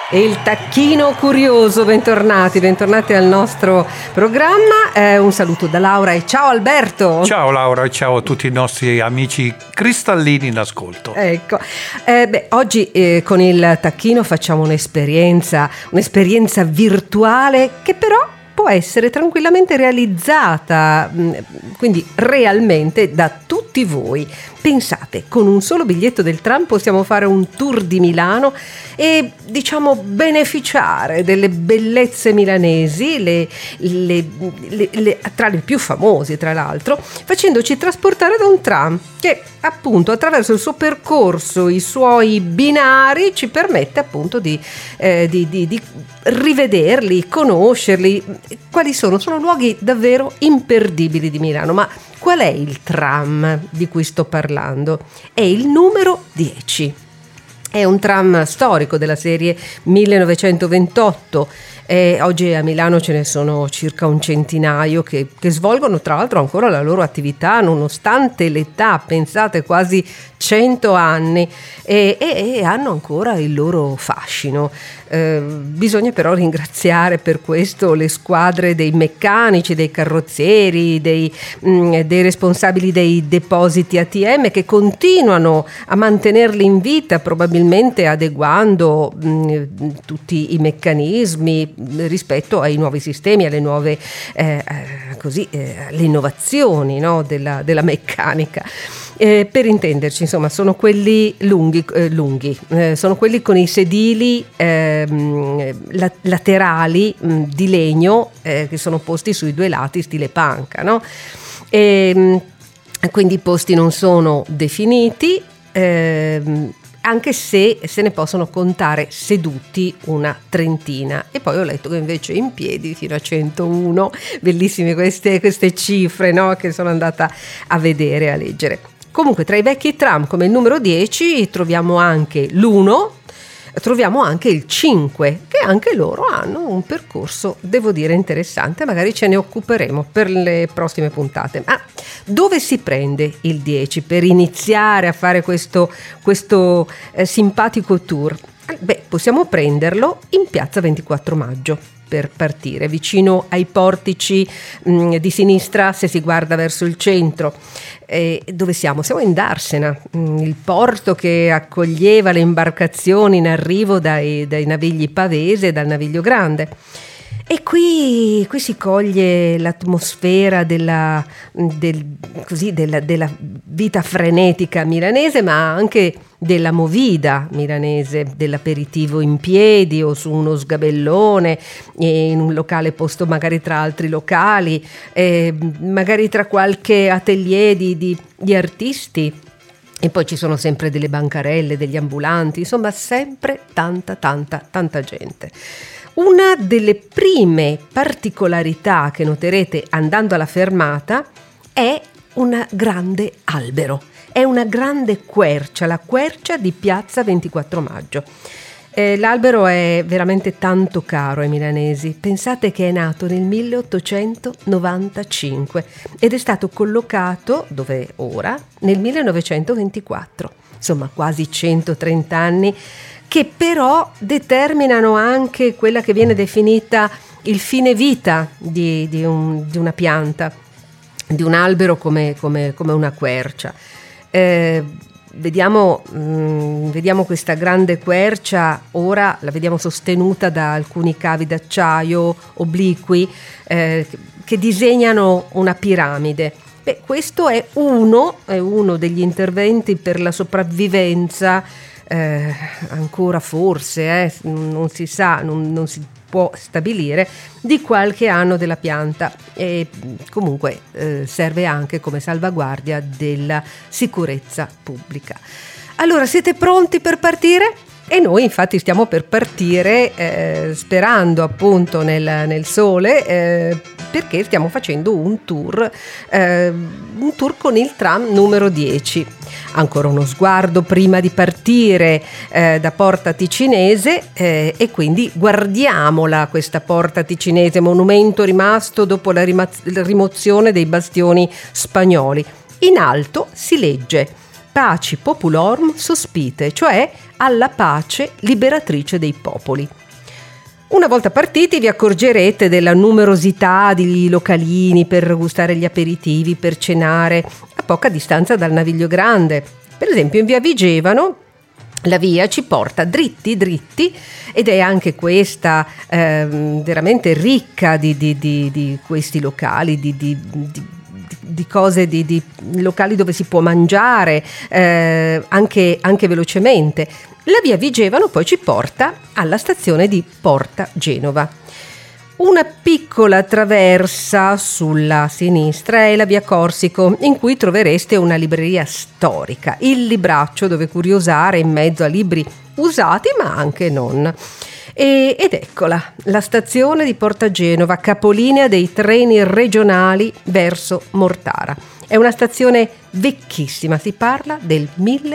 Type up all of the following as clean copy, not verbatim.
E il tacchino curioso, bentornati al nostro programma. Un saluto da Laura e ciao Alberto. Ciao Laura e ciao a tutti i nostri amici cristallini in ascolto. Ecco, oggi con il tacchino facciamo un'esperienza virtuale che però può essere tranquillamente realizzata, quindi realmente da tutti voi. Pensate, con un solo biglietto del tram possiamo fare un tour di Milano e beneficiare delle bellezze milanesi, tra le più famose tra l'altro, facendoci trasportare da un tram che appunto attraverso il suo percorso, i suoi binari ci permette appunto di rivederli, conoscerli. Quali sono? Sono luoghi davvero imperdibili di Milano. Ma qual è il tram di cui sto parlando? È il numero 10. È un tram storico della serie 1928. Oggi a Milano ce ne sono circa un centinaio che svolgono tra l'altro ancora la loro attività nonostante l'età, pensate, quasi 100 anni, e hanno ancora il loro fascino. Bisogna però ringraziare per questo le squadre dei meccanici, dei carrozzieri, dei responsabili dei depositi ATM che continuano a mantenerli in vita, probabilmente adeguando tutti i meccanismi rispetto ai nuovi sistemi, alle nuove le innovazioni, no, della meccanica. Per intenderci, insomma, sono quelli lunghi, sono quelli con i sedili laterali di legno che sono posti sui due lati, stile panca, no? Quindi i posti non sono definiti, anche se se ne possono contare seduti una trentina, e poi ho letto che invece in piedi fino a 101. Bellissime queste cifre, no? Che sono andata a vedere, a leggere. Comunque tra i vecchi tram come il numero 10 troviamo anche l'1, troviamo anche il 5, che anche loro hanno un percorso, devo dire, interessante. Magari ce ne occuperemo per le prossime puntate. Ma dove si prende il 10 per iniziare a fare questo simpatico tour? Possiamo prenderlo in piazza 24 Maggio per partire, vicino ai portici di sinistra se si guarda verso il centro. Dove siamo? Siamo in Darsena, il porto che accoglieva le imbarcazioni in arrivo dai navigli Pavese e dal Naviglio Grande. E qui si coglie l'atmosfera della vita frenetica milanese, ma anche della movida milanese, dell'aperitivo in piedi o su uno sgabellone, in un locale posto magari tra altri locali, magari tra qualche atelier di artisti. E poi ci sono sempre delle bancarelle, degli ambulanti, insomma sempre tanta gente. Una delle prime particolarità che noterete andando alla fermata è un grande albero, è una grande quercia, la quercia di piazza 24 Maggio. L'albero è veramente tanto caro ai milanesi. Pensate che è nato nel 1895 ed è stato collocato, dove ora, nel 1924. Insomma, quasi 130 anni che però determinano anche quella che viene definita il fine vita di una pianta, di un albero come una quercia. Vediamo questa grande quercia, ora la vediamo sostenuta da alcuni cavi d'acciaio obliqui che disegnano una piramide. Questo è uno degli interventi per la sopravvivenza, ancora forse non si sa, non si può stabilire, di qualche anno della pianta, e comunque serve anche come salvaguardia della sicurezza pubblica. Allora, siete pronti per partire? E noi infatti stiamo per partire sperando appunto nel sole, perché stiamo facendo un tour con il tram numero 10. Ancora uno sguardo prima di partire da Porta Ticinese, e quindi guardiamola questa Porta Ticinese, monumento rimasto dopo la rimozione dei bastioni spagnoli. In alto si legge: Paci Populorum Sospite, cioè alla pace liberatrice dei popoli. Una volta partiti vi accorgerete della numerosità di localini per gustare gli aperitivi, per cenare, a poca distanza dal Naviglio Grande. Per esempio in via Vigevano la via ci porta dritti ed è anche questa veramente ricca di questi locali, di cose, di locali dove si può mangiare anche velocemente. La via Vigevano poi ci porta alla stazione di Porta Genova. Una piccola traversa sulla sinistra è la via Corsico, in cui trovereste una libreria storica, il Libraccio, dove curiosare in mezzo a libri usati ma anche non. Ed eccola, la stazione di Porta Genova, capolinea dei treni regionali verso Mortara. È una stazione vecchissima, si parla del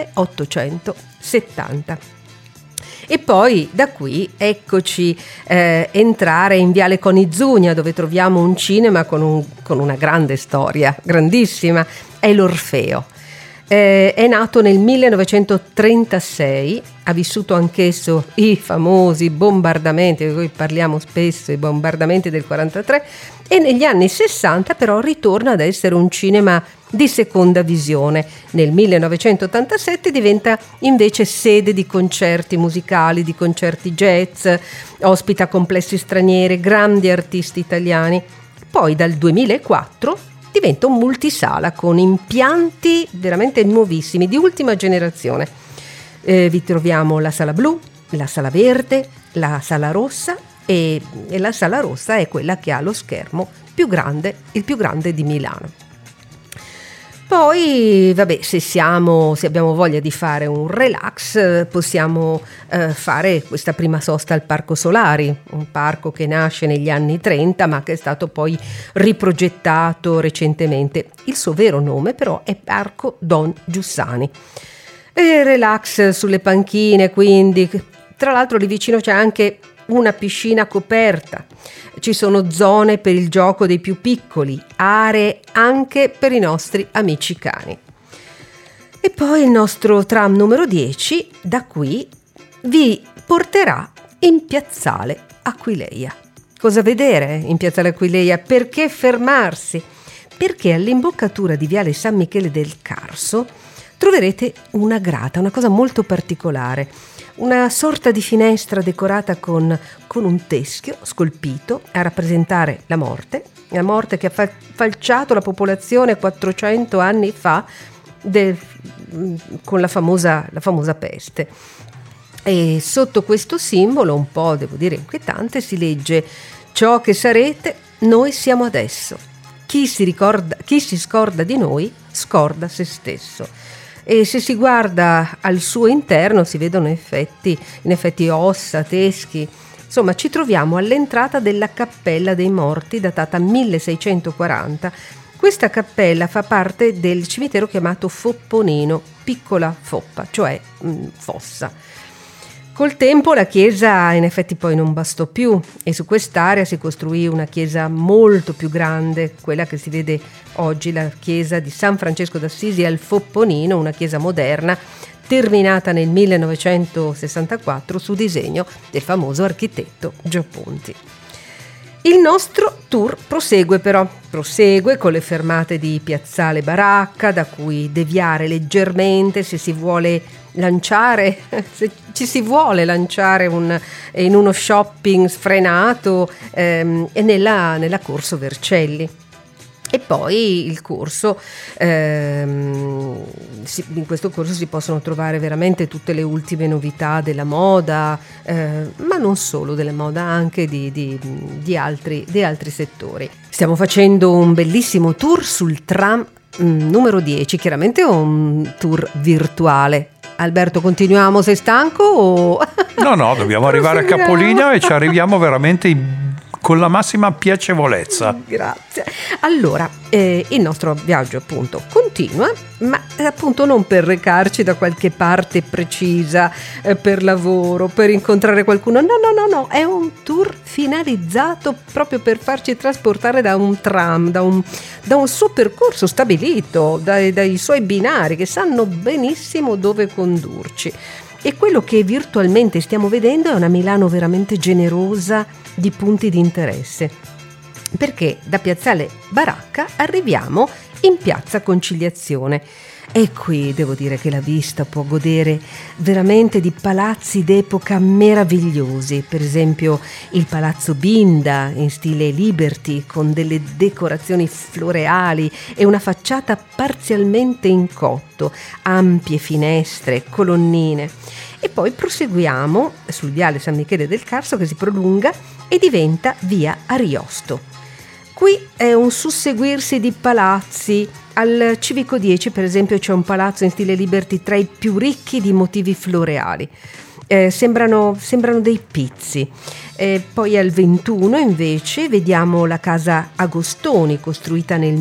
1870. E poi da qui eccoci entrare in Viale Conizugna, dove troviamo un cinema con una grande storia, grandissima, è l'Orfeo. È nato nel 1936, ha vissuto anch'esso i famosi bombardamenti, di cui parliamo spesso, i bombardamenti del 43, e negli anni 60 però ritorna ad essere un cinema di seconda visione. Nel 1987 diventa invece sede di concerti musicali, di concerti jazz, ospita complessi stranieri, grandi artisti italiani. Poi dal 2004 diventa un multisala con impianti veramente nuovissimi, di ultima generazione. Vi troviamo la sala blu, la sala verde, la sala rossa e la sala rossa è quella che ha lo schermo più grande, il più grande di Milano. Poi, vabbè, se abbiamo voglia di fare un relax, possiamo fare questa prima sosta al Parco Solari, un parco che nasce negli anni 30 ma che è stato poi riprogettato recentemente. Il suo vero nome però è Parco Don Giussani. E relax sulle panchine, quindi. Tra l'altro lì vicino c'è anche una piscina coperta. Ci sono zone per il gioco dei più piccoli, aree anche per i nostri amici cani. E poi il nostro tram numero 10 da qui vi porterà in Piazzale Aquileia. Cosa vedere in Piazzale Aquileia? Perché fermarsi? Perché all'imboccatura di Viale San Michele del Carso troverete una grata, una cosa molto particolare. Una sorta di finestra decorata con un teschio scolpito a rappresentare la morte che ha falciato la popolazione 400 anni fa con la famosa peste. E sotto questo simbolo, un po' devo dire inquietante, si legge: ciò che sarete, noi siamo adesso. Chi si scorda di noi, scorda se stesso. E se si guarda al suo interno si vedono in effetti ossa, teschi. Insomma, ci troviamo all'entrata della Cappella dei Morti, datata 1640. Questa cappella fa parte del cimitero chiamato Fopponino, piccola foppa, cioè fossa. Col tempo la chiesa in effetti poi non bastò più e su quest'area si costruì una chiesa molto più grande, quella che si vede oggi, la chiesa di San Francesco d'Assisi al Fopponino, una chiesa moderna terminata nel 1964 su disegno del famoso architetto Gio Ponti. Il nostro tour prosegue con le fermate di Piazzale Baracca, da cui deviare leggermente se ci si vuole lanciare in uno shopping sfrenato e nella Corso Vercelli. E poi il corso, in questo corso si possono trovare veramente tutte le ultime novità della moda, ma non solo della moda, anche di altri settori. Stiamo facendo un bellissimo tour sul tram numero 10, chiaramente un tour virtuale. Alberto, continuiamo, sei stanco o... No, dobbiamo arrivare a Capolinea e ci arriviamo veramente in con la massima piacevolezza. Grazie. Allora, il nostro viaggio appunto continua, ma appunto non per recarci da qualche parte precisa, per lavoro, per incontrare qualcuno. No, è un tour finalizzato proprio per farci trasportare da un tram, da un suo percorso stabilito, dai suoi binari che sanno benissimo dove condurci. E quello che virtualmente stiamo vedendo è una Milano veramente generosa di punti di interesse, perché da Piazzale Baracca arriviamo in Piazza Conciliazione e qui devo dire che la vista può godere veramente di palazzi d'epoca meravigliosi, per esempio il Palazzo Binda in stile Liberty con delle decorazioni floreali e una facciata parzialmente in cotto, ampie finestre, colonnine. E poi proseguiamo sul viale San Michele del Carso che si prolunga e diventa via Ariosto. Qui è un susseguirsi di palazzi. Al Civico 10 per esempio c'è un palazzo in stile Liberty tra i più ricchi di motivi floreali. Sembrano dei pizzi. Poi al 21 invece vediamo la casa Agostoni costruita nel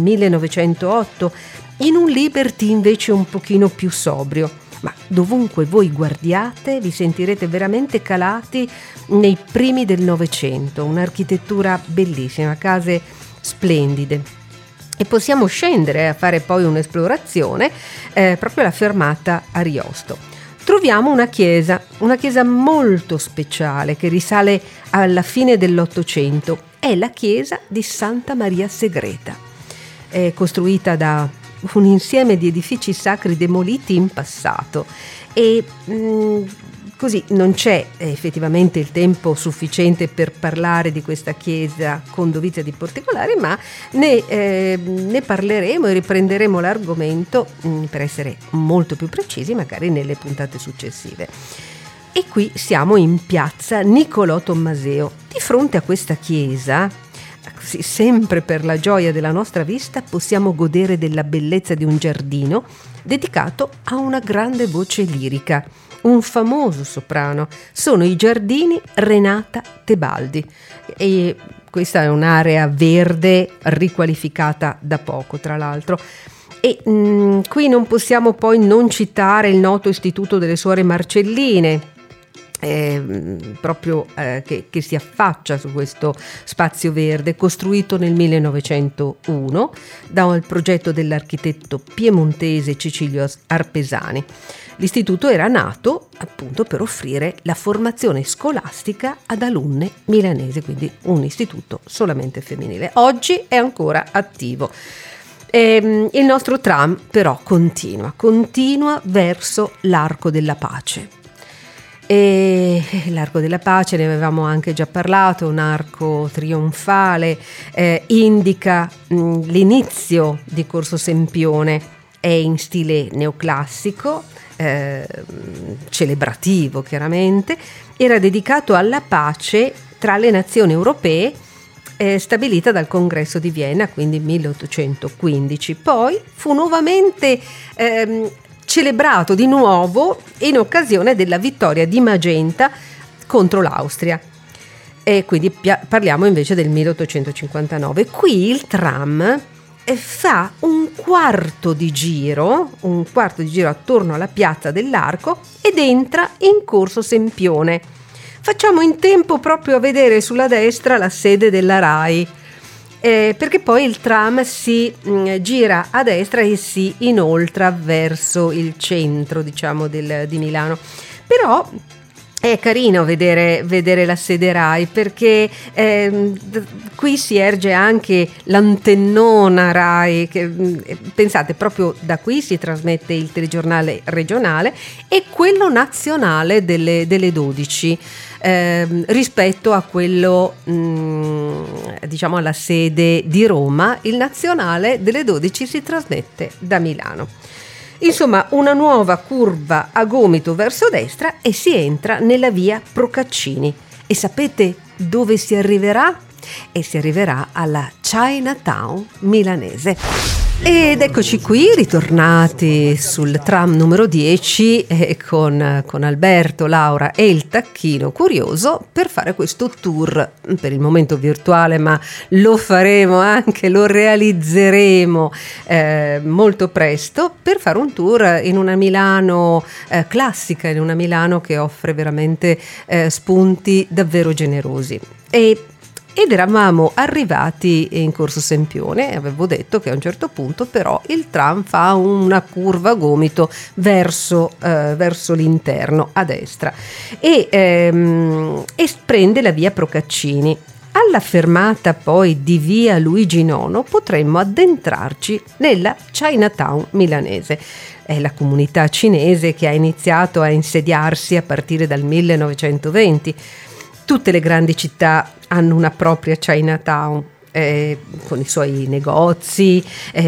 1908 in un Liberty invece un pochino più sobrio. Ma dovunque voi guardiate vi sentirete veramente calati nei primi del Novecento, un'architettura bellissima, case splendide. E possiamo scendere a fare poi un'esplorazione proprio alla fermata Ariosto. Troviamo una chiesa molto speciale che risale alla fine dell'Ottocento, è la chiesa di Santa Maria Segreta, è costruita da un insieme di edifici sacri demoliti in passato e così non c'è effettivamente il tempo sufficiente per parlare di questa chiesa con dovizia di particolari, ma ne parleremo e riprenderemo l'argomento per essere molto più precisi magari nelle puntate successive. E qui siamo in piazza Niccolò Tommaseo. Di fronte a questa chiesa, così, sempre per la gioia della nostra vista, possiamo godere della bellezza di un giardino dedicato a una grande voce lirica, un famoso soprano. Sono i giardini Renata Tebaldi e questa è un'area verde riqualificata da poco, tra l'altro. E qui non possiamo poi non citare il noto Istituto delle Suore Marcelline, proprio che si affaccia su questo spazio verde costruito nel 1901 dal progetto dell'architetto piemontese Cecilio Arpesani. L'istituto era nato appunto per offrire la formazione scolastica ad alunne milanesi, quindi un istituto solamente femminile. Oggi è ancora attivo. Il nostro tram però continua verso l'Arco della Pace. E l'Arco della Pace, ne avevamo anche già parlato, un arco trionfale, indica l'inizio di Corso Sempione, è in stile neoclassico, celebrativo chiaramente, era dedicato alla pace tra le nazioni europee stabilita dal Congresso di Vienna, quindi 1815. Poi fu nuovamente celebrato di nuovo in occasione della vittoria di Magenta contro l'Austria, e quindi parliamo invece del 1859. Qui il tram fa un quarto di giro attorno alla piazza dell'Arco ed entra in Corso Sempione. Facciamo in tempo proprio a vedere sulla destra la sede della RAI, perché poi il tram si gira a destra e si inoltra verso il centro, diciamo, di Milano. Però è carino vedere la sede RAI, perché qui si erge anche l'antennona RAI, che, pensate, proprio da qui si trasmette il telegiornale regionale e quello nazionale delle 12. Rispetto a quello diciamo alla sede di Roma, il nazionale delle 12 si trasmette da Milano. Insomma, una nuova curva a gomito verso destra e si entra nella via Procaccini. E sapete dove si arriverà? E si arriverà alla Chinatown milanese. Ed eccoci qui, ritornati sul tram numero 10 con Alberto, Laura e il tacchino curioso per fare questo tour, per il momento virtuale, ma lo faremo anche, lo realizzeremo molto presto, per fare un tour in una Milano classica, in una Milano che offre veramente spunti davvero generosi. Ed eravamo arrivati in Corso Sempione e avevo detto che a un certo punto però il tram fa una curva a gomito verso l'interno a destra e prende la via Procaccini. Alla fermata poi di via Luigi IX potremmo addentrarci nella Chinatown milanese. È la comunità cinese che ha iniziato a insediarsi a partire dal 1920. Tutte le grandi città hanno una propria Chinatown con i suoi negozi,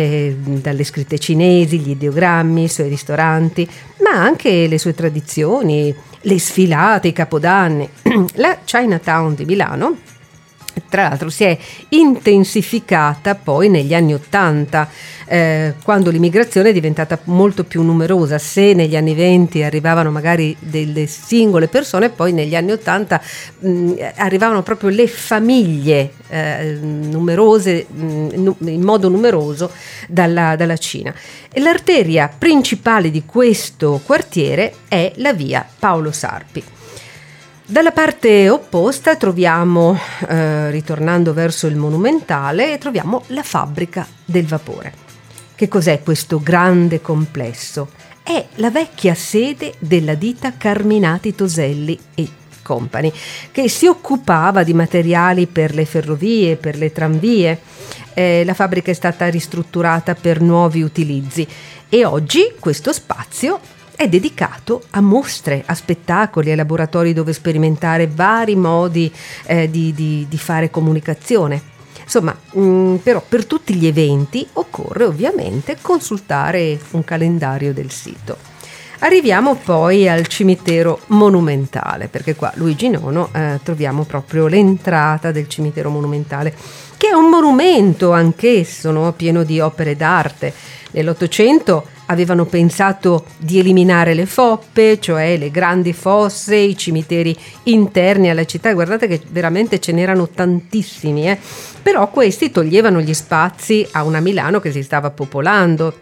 dalle scritte cinesi, gli ideogrammi, i suoi ristoranti, ma anche le sue tradizioni, le sfilate, i capodanni. La Chinatown di Milano, tra l'altro, si è intensificata poi negli anni '80, quando l'immigrazione è diventata molto più numerosa. Se negli anni *20* arrivavano magari delle singole persone, poi negli anni '80 arrivavano proprio le famiglie numerose, in modo numeroso dalla Cina. E l'arteria principale di questo quartiere è la via Paolo Sarpi. Dalla parte opposta troviamo, ritornando verso il Monumentale, troviamo la fabbrica del vapore. Che cos'è questo grande complesso? È la vecchia sede della ditta Carminati Toselli e Company, che si occupava di materiali per le ferrovie, per le tranvie. La fabbrica è stata ristrutturata per nuovi utilizzi e oggi questo spazio è dedicato a mostre, a spettacoli, a laboratori dove sperimentare vari modi di fare comunicazione. Insomma, però per tutti gli eventi occorre ovviamente consultare un calendario del sito. Arriviamo poi al cimitero monumentale, perché qua Luigi IX troviamo proprio l'entrata del cimitero monumentale, che è un monumento anch'esso, no? Pieno di opere d'arte. Nell'Ottocento avevano pensato di eliminare le foppe, cioè le grandi fosse, i cimiteri interni alla città. Guardate che veramente ce n'erano tantissimi, però questi toglievano gli spazi a una Milano che si stava popolando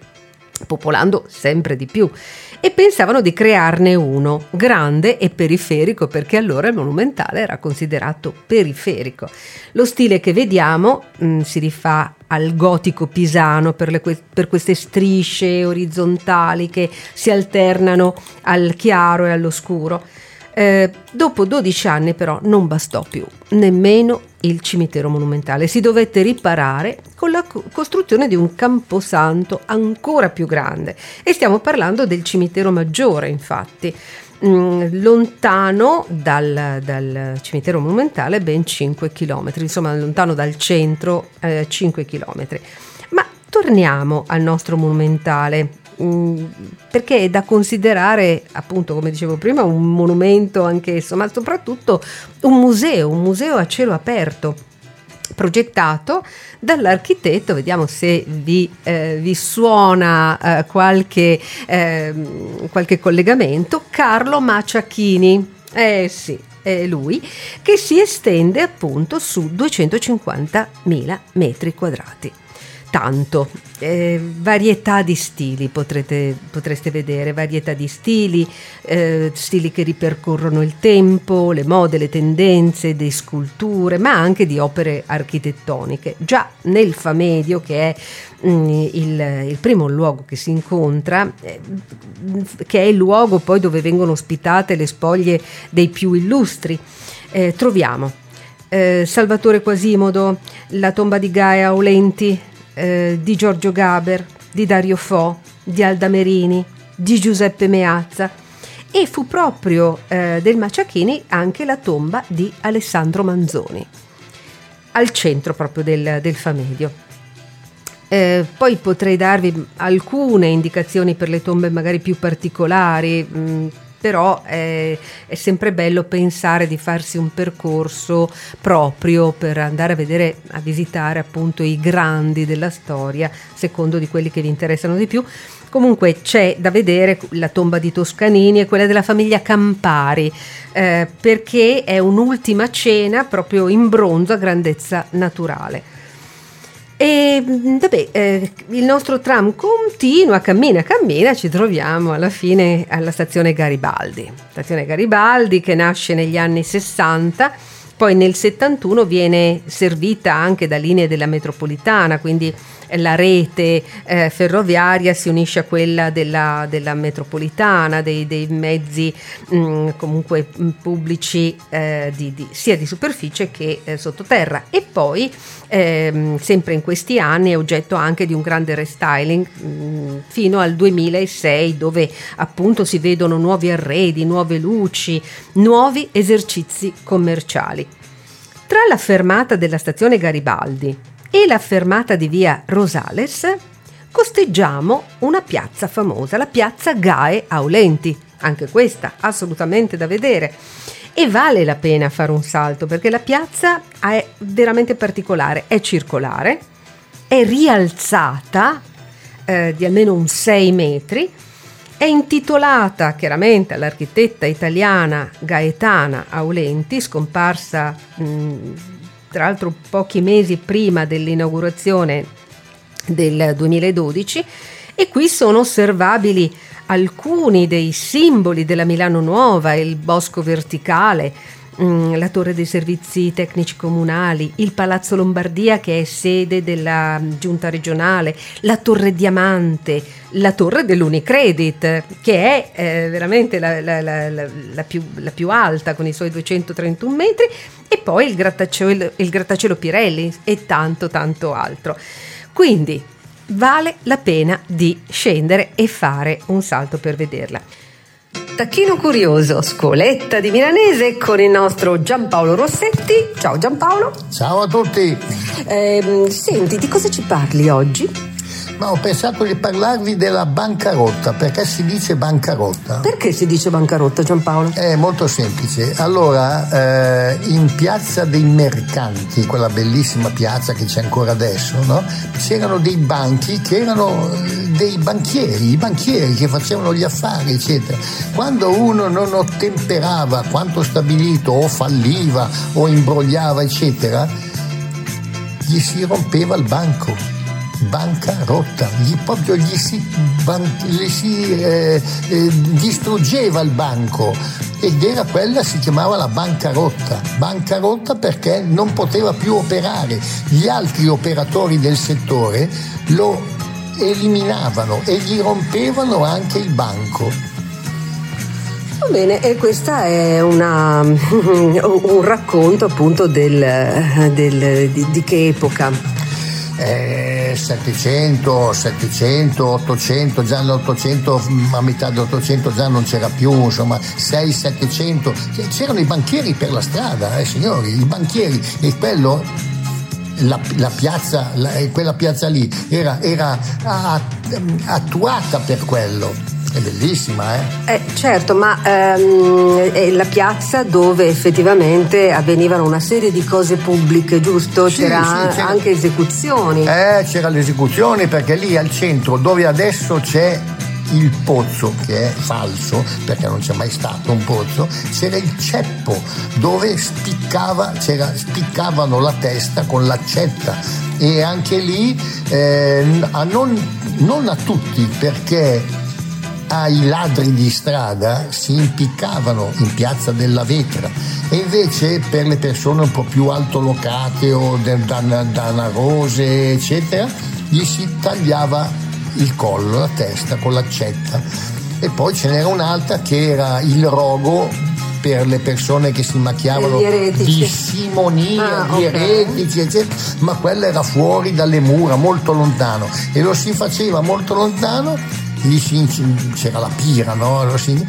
sempre di più, e pensavano di crearne uno grande e periferico, perché allora il monumentale era considerato periferico. Lo stile che vediamo si rifà al gotico pisano per queste strisce orizzontali che si alternano al chiaro e allo scuro. Dopo 12 anni però non bastò più nemmeno il cimitero monumentale, si dovette riparare con la costruzione di un camposanto ancora più grande, e stiamo parlando del cimitero maggiore, infatti, lontano dal cimitero monumentale ben 5 chilometri, insomma lontano dal centro 5 chilometri. Ma torniamo al nostro monumentale, perché è da considerare, appunto, come dicevo prima, un monumento anch'esso, ma soprattutto un museo a cielo aperto, progettato dall'architetto, vediamo se vi suona qualche collegamento, Carlo Maciachini. Sì, è lui, che si estende appunto su 250.000 metri quadrati. Tanto, varietà di stili potreste vedere, varietà di stili che ripercorrono il tempo, le mode, le tendenze di sculture, ma anche di opere architettoniche. Già nel Famedio, che è il primo luogo che si incontra, che è il luogo poi dove vengono ospitate le spoglie dei più illustri, troviamo Salvatore Quasimodo, la tomba di Gaia Aulenti, di Giorgio Gaber, di Dario Fo, di Alda Merini, di Giuseppe Meazza, e fu proprio del Maciachini anche la tomba di Alessandro Manzoni, al centro proprio del Famedio. Poi potrei darvi alcune indicazioni per le tombe magari più particolari, però è sempre bello pensare di farsi un percorso proprio per andare a visitare appunto i grandi della storia, secondo di quelli che vi interessano di più. Comunque c'è da vedere la tomba di Toscanini e quella della famiglia Campari, perché è un'ultima cena proprio in bronzo a grandezza naturale. E il nostro tram continua, cammina, ci troviamo alla fine alla stazione Garibaldi che nasce negli anni 60, poi nel 71 viene servita anche da linee della metropolitana, quindi la rete ferroviaria si unisce a quella della metropolitana, dei mezzi comunque pubblici sia di superficie che sottoterra, e poi sempre in questi anni è oggetto anche di un grande restyling fino al 2006, dove appunto si vedono nuovi arredi, nuove luci, nuovi esercizi commerciali. Tra la fermata della stazione Garibaldi e la fermata di via Rosales costeggiamo una piazza famosa, la piazza Gae Aulenti, anche questa assolutamente da vedere, e vale la pena fare un salto perché la piazza è veramente particolare, è circolare, è rialzata di almeno un 6 metri, è intitolata chiaramente all'architetta italiana Gaetana Aulenti, scomparsa tra l'altro pochi mesi prima dell'inaugurazione del 2012, e qui sono osservabili alcuni dei simboli della Milano Nuova: il bosco verticale, la torre dei servizi tecnici comunali, il Palazzo Lombardia che è sede della giunta regionale, la Torre Diamante, la torre dell'Unicredit che è veramente la più alta con i suoi 231 metri, e poi il grattacielo Pirelli e tanto altro. Quindi vale la pena di scendere e fare un salto per vederla. Tacchino curioso, scuoletta di milanese con il nostro Giampaolo Rossetti. Ciao Giampaolo. Ciao a tutti. Senti, di cosa ci parli oggi? Ma ho pensato di parlarvi della bancarotta. Perché si dice bancarotta? Perché si dice bancarotta, Giampaolo? È molto semplice. Allora, in Piazza dei Mercanti, quella bellissima piazza che c'è ancora adesso, no? C'erano dei banchi che erano dei banchieri, i banchieri che facevano gli affari, eccetera. Quando uno non ottemperava quanto stabilito, o falliva, o imbrogliava, eccetera, gli si rompeva il banco. Bancarotta, gli si distruggeva il banco, ed era quella, si chiamava la bancarotta perché non poteva più operare. Gli altri operatori del settore lo eliminavano e gli rompevano anche il banco. Va bene, e questa è un racconto appunto di che epoca? 700, 800, già nell'800, a metà dell'800 già non c'era più, insomma 600, 700, c'erano i banchieri per la strada, signori, i banchieri, e quello, la piazza, quella piazza lì era attuata per quello. È bellissima, certo, ma è la piazza dove effettivamente avvenivano una serie di cose pubbliche, giusto? Sì, c'era anche esecuzioni. C'era l'esecuzione, perché lì al centro, dove adesso c'è il pozzo, che è falso perché non c'è mai stato un pozzo, c'era il ceppo dove spiccavano la testa con l'accetta, e anche lì non a tutti, perché ai ladri di strada si impiccavano in Piazza della Vetra, e invece per le persone un po' più altolocate o danarose, eccetera, gli si tagliava il collo, la testa con l'accetta. E poi ce n'era un'altra che era il rogo per le persone che si macchiavano di simonia, di eretici, eccetera, ma quella era fuori dalle mura, molto lontano, e lo si faceva molto lontano. C'era la pira, no?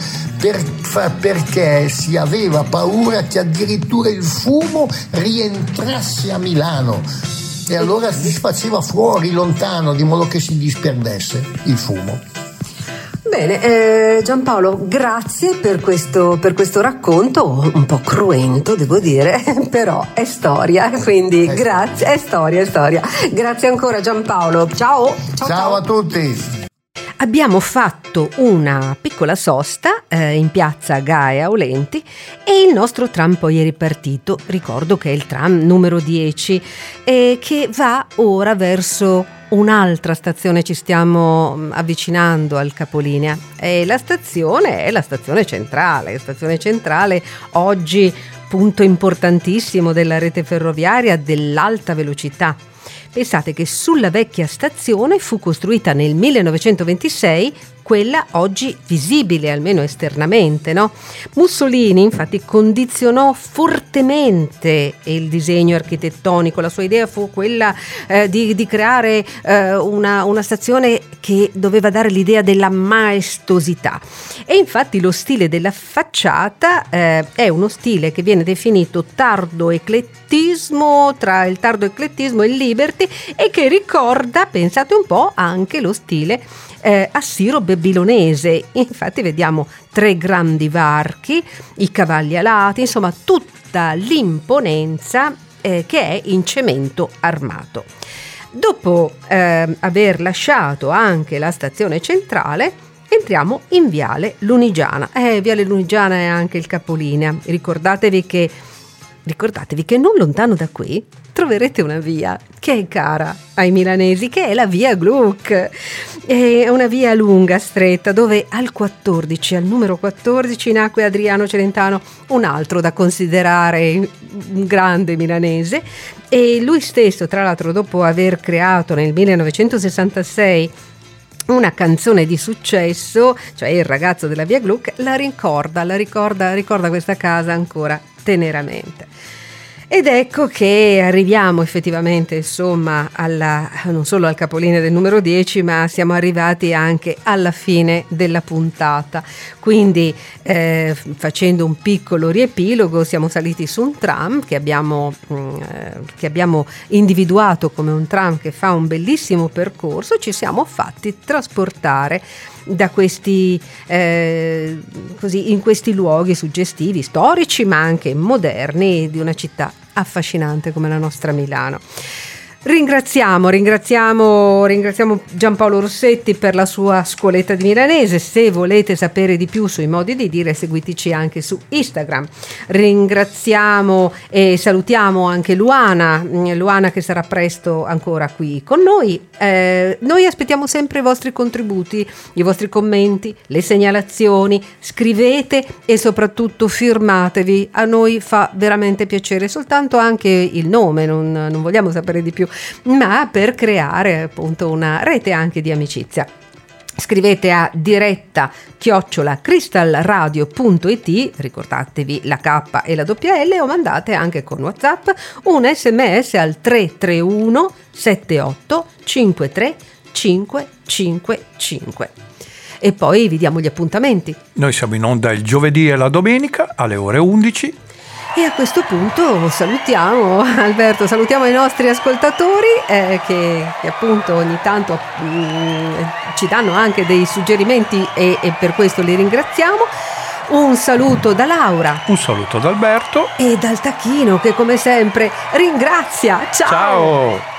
Perché si aveva paura che addirittura il fumo rientrasse a Milano, e allora si faceva fuori, lontano, di modo che si disperdesse il fumo. Bene, Giampaolo, grazie per questo racconto un po' cruento, devo dire, però è storia, quindi grazie, è storia. Grazie ancora Giampaolo, ciao A tutti. Abbiamo fatto una piccola sosta in piazza Gaia Aulenti e il nostro tram poi è ripartito. Ricordo che è il tram numero 10 che va ora verso un'altra stazione, ci stiamo avvicinando al capolinea. E la stazione è la stazione centrale, oggi punto importantissimo della rete ferroviaria dell'alta velocità. Pensate che sulla vecchia stazione fu costruita nel 1926 quella oggi visibile, almeno esternamente, no? Mussolini infatti condizionò fortemente il disegno architettonico. La sua idea fu quella di creare una stazione che doveva dare l'idea della maestosità, e infatti lo stile della facciata è uno stile che viene definito tardo eclettismo, tra il tardo eclettismo e il liberty, e che ricorda, pensate un po', anche lo stile assiro-babilonese. Infatti vediamo 3 grandi varchi, i cavalli alati, insomma tutta l'imponenza che è in cemento armato. Dopo aver lasciato anche la stazione centrale, entriamo in Viale Lunigiana. Viale Lunigiana è anche il capolinea. Ricordatevi che non lontano da qui troverete una via che è cara ai milanesi, che è la via Gluck. È una via lunga, stretta, dove al numero 14 nacque Adriano Celentano, un altro da considerare un grande milanese, e lui stesso, tra l'altro, dopo aver creato nel 1966 una canzone di successo, cioè Il ragazzo della via Gluck, ricorda questa casa ancora teneramente. Ed ecco che arriviamo effettivamente, insomma, non solo al capolinea del numero 10, ma siamo arrivati anche alla fine della puntata. Quindi, facendo un piccolo riepilogo, siamo saliti su un tram che abbiamo individuato come un tram che fa un bellissimo percorso. Ci siamo fatti trasportare da questi in questi luoghi suggestivi, storici ma anche moderni, di una città affascinante come la nostra Milano. Ringraziamo Giampaolo Rossetti per la sua scuoletta di milanese. Se volete sapere di più sui modi di dire, seguiteci anche su Instagram. Ringraziamo e salutiamo anche Luana che sarà presto ancora qui con noi. Noi aspettiamo sempre i vostri contributi, i vostri commenti, le segnalazioni. Scrivete e soprattutto firmatevi, a noi fa veramente piacere, soltanto anche il nome, non vogliamo sapere di più, ma per creare appunto una rete anche di amicizia. Scrivete a diretta@crystalradio.it, ricordatevi la K e la WL, o mandate anche con WhatsApp un SMS al 331 78 53 555. E poi vi diamo gli appuntamenti. Noi siamo in onda il giovedì e la domenica alle ore 11. E a questo punto salutiamo Alberto, salutiamo i nostri ascoltatori che appunto ogni tanto ci danno anche dei suggerimenti e per questo li ringraziamo. Un saluto da Laura, un saluto da Alberto e dal Tacchino che come sempre ringrazia. Ciao!